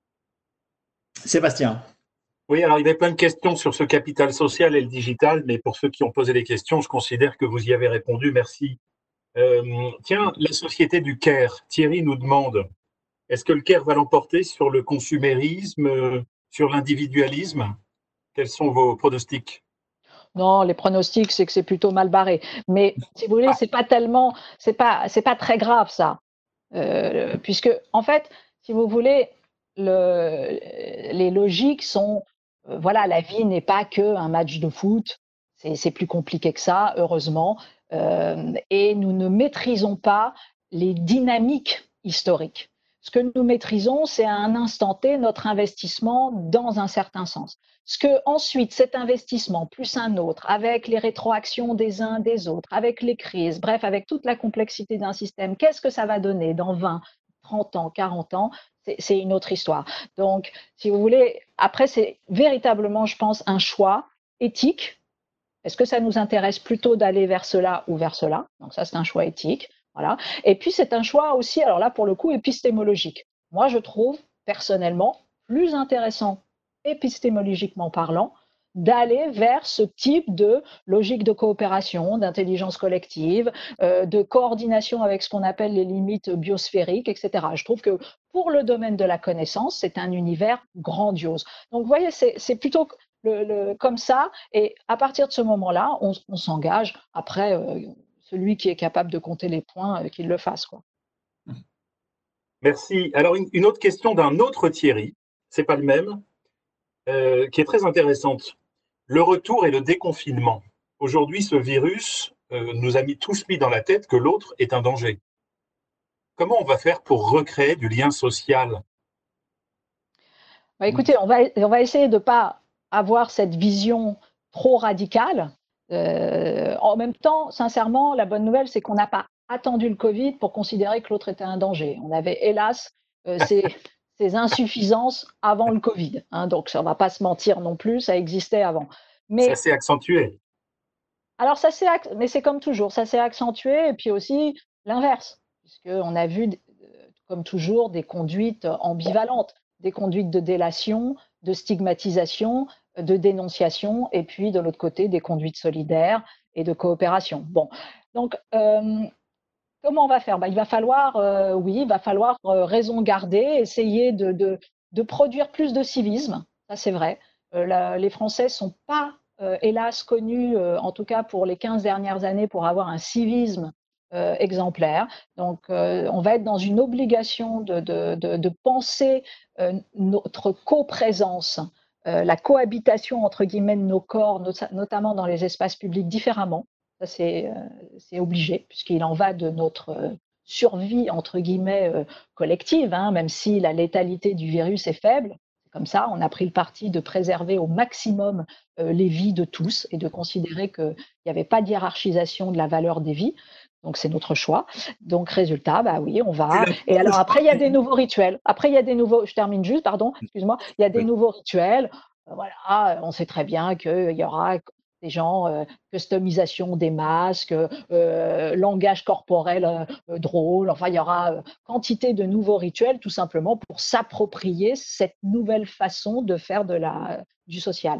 Sébastien. Oui, alors il y avait plein de questions sur ce capital social et le digital, mais pour ceux qui ont posé des questions, je considère que vous y avez répondu. Merci. Euh, tiens, la société du Caire, Thierry nous demande, est-ce que le Caire va l'emporter sur le consumérisme, euh, sur l'individualisme? Quels sont vos pronostics? Non, les pronostics, c'est que c'est plutôt mal barré. Mais si vous voulez, c'est pas tellement, c'est pas, c'est pas très grave ça, euh, puisque en fait, si vous voulez, le, les logiques sont, euh, voilà, la vie n'est pas que un match de foot. C'est, c'est plus compliqué que ça, heureusement, euh, et nous ne maîtrisons pas les dynamiques historiques. Ce que nous maîtrisons, c'est à un instant T notre investissement dans un certain sens. Ce que ensuite cet investissement plus un autre, avec les rétroactions des uns des autres, avec les crises, bref, avec toute la complexité d'un système, qu'est-ce que ça va donner dans vingt, trente ans, quarante ans? C'est, c'est une autre histoire. Donc, si vous voulez, après, c'est véritablement, je pense, un choix éthique. Est-ce que ça nous intéresse plutôt d'aller vers cela ou vers cela? Donc ça, c'est un choix éthique. Voilà. Et puis, c'est un choix aussi, alors là, pour le coup, épistémologique. Moi, je trouve personnellement plus intéressant épistémologiquement parlant, d'aller vers ce type de logique de coopération, d'intelligence collective, euh, de coordination avec ce qu'on appelle les limites biosphériques, et cetera. Je trouve que pour le domaine de la connaissance, c'est un univers grandiose. Donc, vous voyez, c'est, c'est plutôt le, le, comme ça, et à partir de ce moment-là, on, on s'engage. Après, euh, celui qui est capable de compter les points, euh, qu'il le fasse, quoi. Merci. Alors, une, une autre question d'un autre Thierry, c'est pas le même. Euh, qui est très intéressante. Le retour et le déconfinement. Aujourd'hui, ce virus euh, nous a mis, tous mis dans la tête que l'autre est un danger. Comment on va faire pour recréer du lien social? Bah, écoutez, on va, on va essayer de ne pas avoir cette vision trop radicale. Euh, en même temps, sincèrement, la bonne nouvelle, c'est qu'on n'a pas attendu le Covid pour considérer que l'autre était un danger. On avait, hélas, euh, ces, ces insuffisances avant le Covid. Hein, donc, ça ne va pas se mentir non plus, ça existait avant. C'est Mais assez accentué. alors, ça s'est, mais c'est comme toujours, ça s'est accentué, et puis aussi l'inverse, puisqu'on a vu, comme toujours, des conduites ambivalentes, des conduites de délation, de stigmatisation, de dénonciation, et puis de l'autre côté, des conduites solidaires et de coopération. Bon, donc, euh, comment on va faire? Ben, il va falloir, euh, oui, il va falloir euh, raison garder, essayer de, de, de produire plus de civisme, ça c'est vrai. Euh, la, les Français sont pas, euh, hélas, connus, euh, en tout cas pour les quinze dernières années, pour avoir un civisme euh, exemplaire. Donc, euh, on va être dans une obligation de, de, de, de penser euh, notre coprésence, euh, la cohabitation entre guillemets de nos corps, not notamment dans les espaces publics, différemment. Ça, c'est euh, obligé, puisqu'il en va de notre euh, survie, entre guillemets, euh, collective, hein, même si la létalité du virus est faible. Comme ça, on a pris le parti de préserver au maximum euh, les vies de tous et de considérer qu'il n'y avait pas de hiérarchisation de la valeur des vies. Donc, c'est notre choix. Donc, résultat, bah oui, on va. Et alors, après, il y a des nouveaux rituels. Après, il y a des nouveaux. Je termine juste, pardon, excuse-moi. Il y a des oui. nouveaux rituels. Voilà, on sait très bien qu'il y aura des gens, euh, customisation des masques, euh, langage corporel euh, drôle. Enfin, il y aura euh, quantité de nouveaux rituels, tout simplement pour s'approprier cette nouvelle façon de faire de la, du social.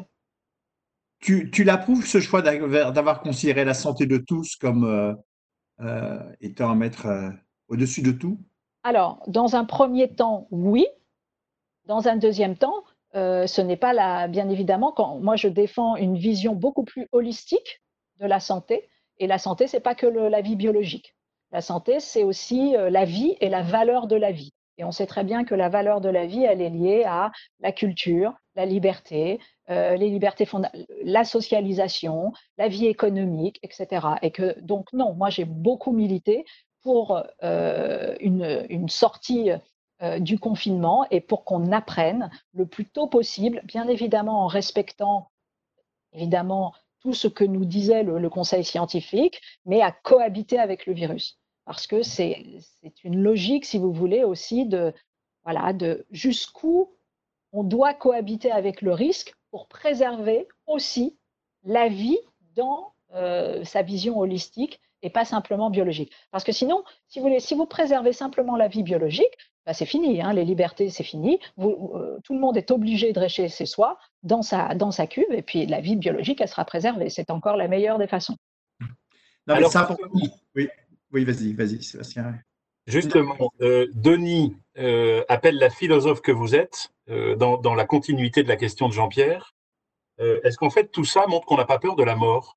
Tu, tu l'approuves, ce choix d'avoir considéré la santé de tous comme euh, euh, étant à mettre euh, au-dessus de tout? Alors, dans un premier temps, oui. Dans un deuxième temps, euh, ce n'est pas la, bien évidemment, quand moi je défends une vision beaucoup plus holistique de la santé. Et la santé, c'est pas que le, la vie biologique. La santé, c'est aussi euh, la vie et la valeur de la vie. Et on sait très bien que la valeur de la vie, elle est liée à la culture, la liberté, euh, les libertés fondamentales, la socialisation, la vie économique, et cetera. Et que donc non, moi j'ai beaucoup milité pour euh, une, une sortie euh, du confinement et pour qu'on apprenne le plus tôt possible, bien évidemment en respectant évidemment tout ce que nous disait le, le conseil scientifique, mais à cohabiter avec le virus. parce que c'est c'est une logique, si vous voulez, aussi de, voilà, de jusqu'où on doit cohabiter avec le risque pour préserver aussi la vie dans euh, sa vision holistique et pas simplement biologique. Parce que sinon, si vous voulez, si vous préservez simplement la vie biologique, bah c'est fini, hein, les libertés, c'est fini. Vous, euh, tout le monde est obligé de rester chez soi, dans sa, dans sa cuve, et puis la vie biologique, elle sera préservée. C'est encore la meilleure des façons. Non, mais Alors, ça, oui, oui, vas-y, vas-y, Sébastien. Justement, euh, Denis euh, appelle la philosophe que vous êtes, euh, dans, dans la continuité de la question de Jean-Pierre. Euh, est-ce qu'en fait tout ça montre qu'on n'a pas peur de la mort?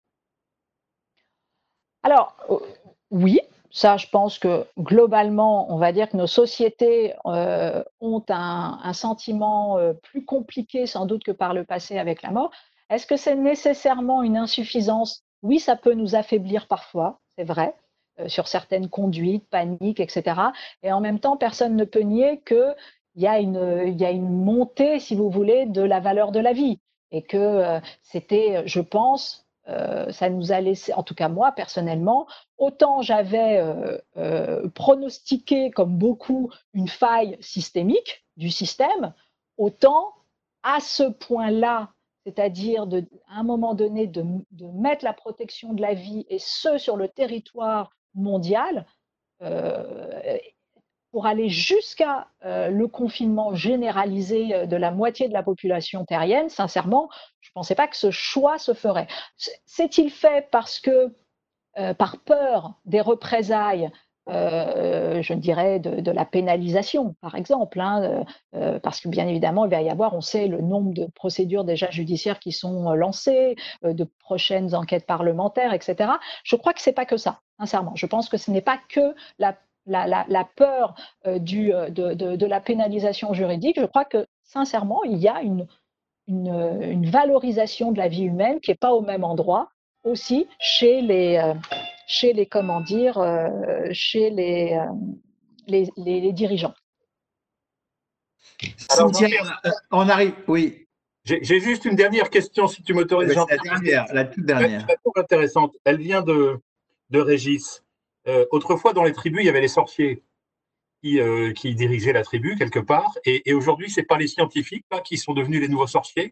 Alors, euh, oui, ça, je pense que globalement, on va dire que nos sociétés euh, ont un, un sentiment euh, plus compliqué sans doute que par le passé avec la mort. Est-ce que c'est nécessairement une insuffisance? Oui, ça peut nous affaiblir parfois, c'est vrai, euh, sur certaines conduites, paniques, et cetera. Et en même temps, personne ne peut nier qu'il y a une, il y a une montée, si vous voulez, de la valeur de la vie. Et que euh, c'était, je pense, euh, ça nous a laissé, en tout cas moi personnellement, autant j'avais euh, euh, pronostiqué, comme beaucoup, une faille systémique du système, autant à ce point-là, c'est-à-dire de, à un moment donné de, de mettre la protection de la vie, et ce sur le territoire mondial, euh, pour aller jusqu'à euh, le confinement généralisé de la moitié de la population terrienne, sincèrement, je ne pensais pas que ce choix se ferait. C'est-il fait parce que, euh, par peur des représailles, euh, je dirais de, de la pénalisation, par exemple, hein, euh, parce que bien évidemment, il va y avoir, on sait le nombre de procédures déjà judiciaires qui sont lancées, euh, de prochaines enquêtes parlementaires, et cetera. Je crois que ce n'est pas que ça, sincèrement. Je pense que ce n'est pas que la La, la, la, peur euh, du, de, de, de, la pénalisation juridique. Je crois que, sincèrement, il y a une, une, une valorisation de la vie humaine qui n'est pas au même endroit aussi chez les, euh, chez les comment dire, euh, chez les, euh, les, les, les dirigeants. Alors, Cynthia, euh, on arrive, oui. J'ai juste une dernière question, si tu m'autorises, Jean. La dernière, la toute dernière. Je la trouve intéressante. Elle vient de, de Régis. Euh, autrefois, dans les tribus, il y avait les sorciers qui, euh, qui dirigeaient la tribu quelque part. Et, et aujourd'hui, ce n'est pas les scientifiques là, qui sont devenus les nouveaux sorciers.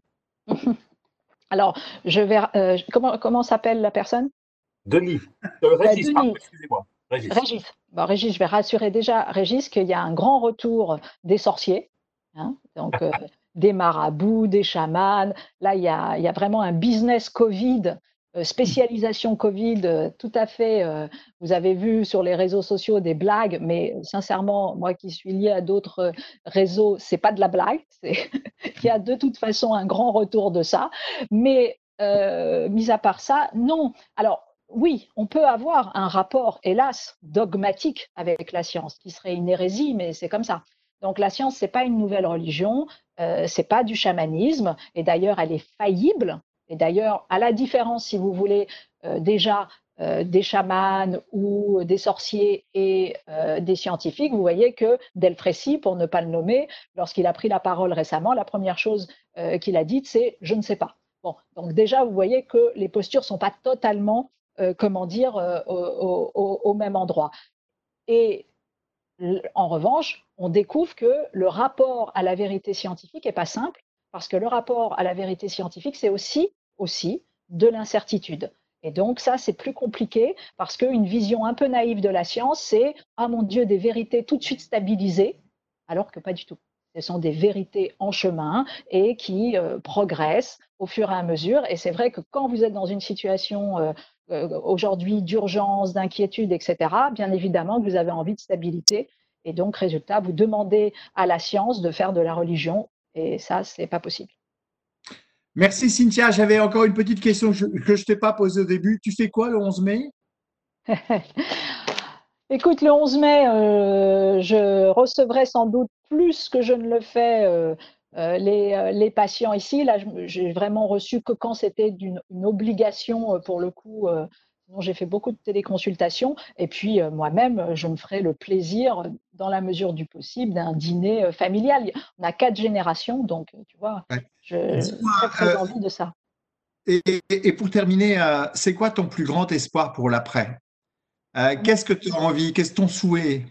Alors, je vais. Euh, comment comment s'appelle la personne? Denis. Euh, Régis, Denis. excusez-moi. Régis. Régis. Bon, Régis, je vais rassurer déjà Régis qu'il y a un grand retour des sorciers. Hein, donc, euh, des marabouts, des chamans. Là, il y a, il y a vraiment un business Covid, euh, spécialisation Covid, euh, tout à fait. Euh, vous avez vu sur les réseaux sociaux des blagues, mais sincèrement, moi qui suis liée à d'autres réseaux, c'est pas de la blague. Il y a de toute façon un grand retour de ça. Mais euh, mis à part ça, non. Alors, oui, on peut avoir un rapport, hélas, dogmatique avec la science, qui serait une hérésie, mais c'est comme ça. Donc la science, ce n'est pas une nouvelle religion, euh, ce n'est pas du chamanisme, et d'ailleurs, elle est faillible. Et d'ailleurs, à la différence, si vous voulez, euh, déjà euh, des chamans ou des sorciers et euh, des scientifiques, vous voyez que Delfrécy, pour ne pas le nommer, lorsqu'il a pris la parole récemment, la première chose euh, qu'il a dite, c'est « je ne sais pas ». Bon, donc déjà, vous voyez que les postures ne sont pas totalement, euh, comment dire, euh, au, au, au même endroit. Et en revanche, on découvre que le rapport à la vérité scientifique n'est pas simple, parce que le rapport à la vérité scientifique, c'est aussi, aussi de l'incertitude. Et donc ça, c'est plus compliqué, parce qu'une vision un peu naïve de la science, c'est « ah mon Dieu, des vérités tout de suite stabilisées », alors que pas du tout. Ce sont des vérités en chemin et qui euh, progressent au fur et à mesure. Et c'est vrai que quand vous êtes dans une situation euh, euh, aujourd'hui d'urgence, d'inquiétude, et cetera, bien évidemment que vous avez envie de stabilité. Et donc, résultat, vous demandez à la science de faire de la religion. Et ça, ce n'est pas possible. Merci Cynthia. J'avais encore une petite question que je ne t'ai pas posée au début. Tu fais quoi le onze mai? Écoute, le onze mai, euh, je recevrai sans doute plus que je ne le fais euh, euh, les, euh, les patients ici. Là, j'ai vraiment reçu que quand c'était une, une obligation euh, pour le coup. Euh, sinon, j'ai fait beaucoup de téléconsultations. Et puis, euh, moi-même, je me ferai le plaisir, dans la mesure du possible, d'un dîner euh, familial. On a quatre générations, donc tu vois, ouais. J'ai très, très euh, envie de ça. Et, et, et pour terminer, euh, c'est quoi ton plus grand espoir pour l'après? Euh, qu'est-ce que tu as envie? Qu'est-ce ton souhait?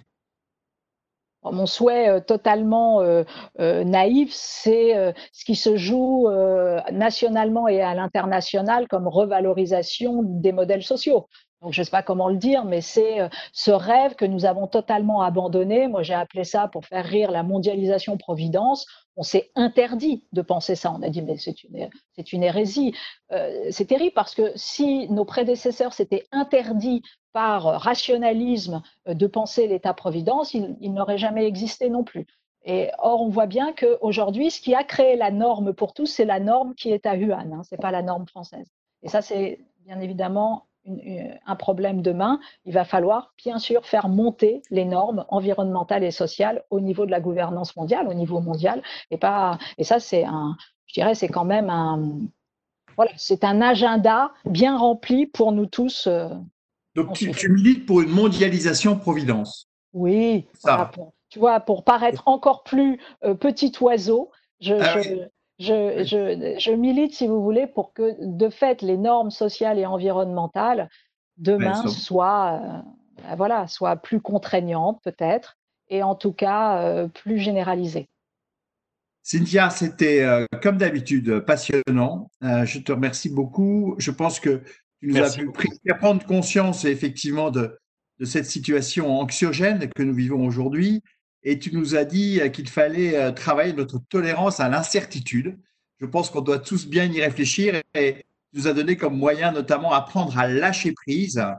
Mon souhait euh, totalement euh, euh, naïf, c'est euh, ce qui se joue euh, nationalement et à l'international comme revalorisation des modèles sociaux. Donc, je ne sais pas comment le dire, mais c'est euh, ce rêve que nous avons totalement abandonné. Moi, j'ai appelé ça, pour faire rire, la mondialisation-providence. On s'est interdit de penser ça. On a dit, mais c'est une, c'est une hérésie. Euh, c'est terrible parce que si nos prédécesseurs s'étaient interdits par rationalisme de penser l'État-providence, il, il n'aurait jamais existé non plus. Et or, on voit bien qu'aujourd'hui, ce qui a créé la norme pour tous, c'est la norme qui est à Wuhan, hein, ce n'est pas la norme française. Et ça, c'est bien évidemment une, une, un problème demain. Il va falloir, bien sûr, faire monter les normes environnementales et sociales au niveau de la gouvernance mondiale, au niveau mondial. Et, pas, et ça, c'est un, je dirais, c'est quand même un, voilà, c'est un agenda bien rempli pour nous tous. Euh, Donc, tu, tu milites pour une mondialisation-providence. Oui, voilà, pour, tu vois, pour paraître encore plus euh, petit oiseau, je, ah, je, oui. je, oui. je, je milite, si vous voulez, pour que, de fait, les normes sociales et environnementales, demain, oui, soient, euh, voilà, soient plus contraignantes, peut-être, et en tout cas, euh, plus généralisées. Cynthia, c'était, euh, comme d'habitude, passionnant. Euh, je te remercie beaucoup. Je pense que tu nous Merci as pu faire prendre conscience, effectivement, de, de cette situation anxiogène que nous vivons aujourd'hui. Et tu nous as dit qu'il fallait travailler notre tolérance à l'incertitude. Je pense qu'on doit tous bien y réfléchir. Et tu nous as donné comme moyen, notamment, apprendre à lâcher prise, euh,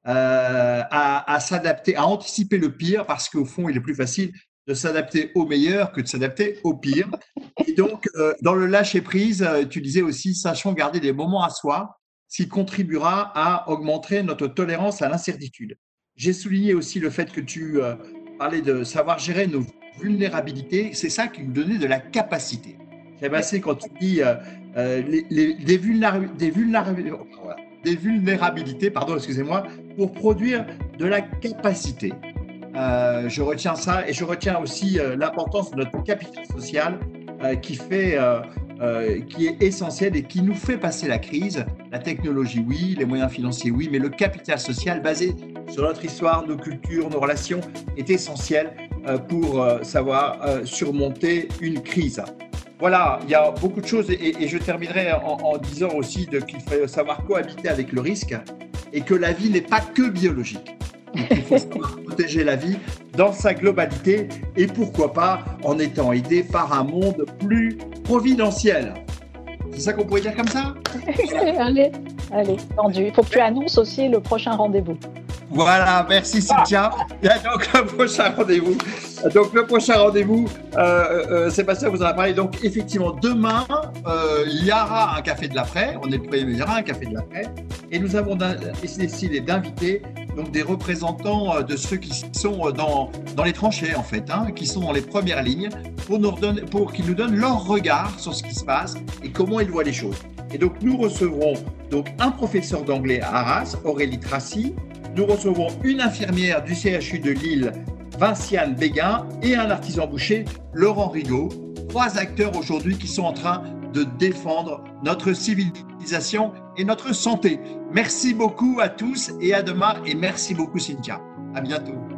à, à s'adapter, à anticiper le pire, parce qu'au fond, il est plus facile de s'adapter au meilleur que de s'adapter au pire. Et donc, euh, dans le lâcher-prise, tu disais aussi, sachons garder des moments à soi, ce qui contribuera à augmenter notre tolérance à l'incertitude. J'ai souligné aussi le fait que tu euh, parlais de savoir gérer nos vulnérabilités. C'est ça qui nous donnait de la capacité. J'aime assez quand tu dis euh, euh, les, les, des, vulnéra- des, vulnéra- des vulnérabilités, pardon, excusez-moi, pour produire de la capacité. Euh, je retiens ça et je retiens aussi euh, l'importance de notre capital social euh, qui, fait, euh, euh, qui est essentiel et qui nous fait passer la crise. La technologie, oui, les moyens financiers, oui, mais le capital social basé sur notre histoire, nos cultures, nos relations est essentiel euh, pour euh, savoir euh, surmonter une crise. Voilà, il y a beaucoup de choses et, et je terminerai en, en disant aussi qu'il faut savoir cohabiter avec le risque et que la vie n'est pas que biologique. Donc, il faut savoir protéger la vie dans sa globalité et pourquoi pas en étant aidé par un monde plus providentiel. C'est ça qu'on pourrait dire comme ça? Allez, allez, tendu. Il faut que tu annonces aussi le prochain rendez-vous. Voilà, merci Cynthia. Il y a donc le prochain rendez-vous. Donc le prochain rendez-vous, euh, euh, Sébastien vous en a parlé. Donc effectivement, demain, euh, il y aura un café de l'après. On est le premier, mais il y aura un café de l'après. Et nous avons décidé d'inviter donc des représentants de ceux qui sont dans, dans les tranchées en fait, hein, qui sont dans les premières lignes, pour, nous redonner, pour qu'ils nous donnent leur regard sur ce qui se passe et comment ils voient les choses. Et donc nous recevrons donc un professeur d'anglais à Arras, Aurélie Tracy. Nous recevons une infirmière du C H U de Lille, Vinciane Béguin, et un artisan boucher, Laurent Rigaud. Trois acteurs aujourd'hui qui sont en train de défendre notre civilisation et notre santé. Merci beaucoup à tous et à demain. Et merci beaucoup Cynthia. À bientôt.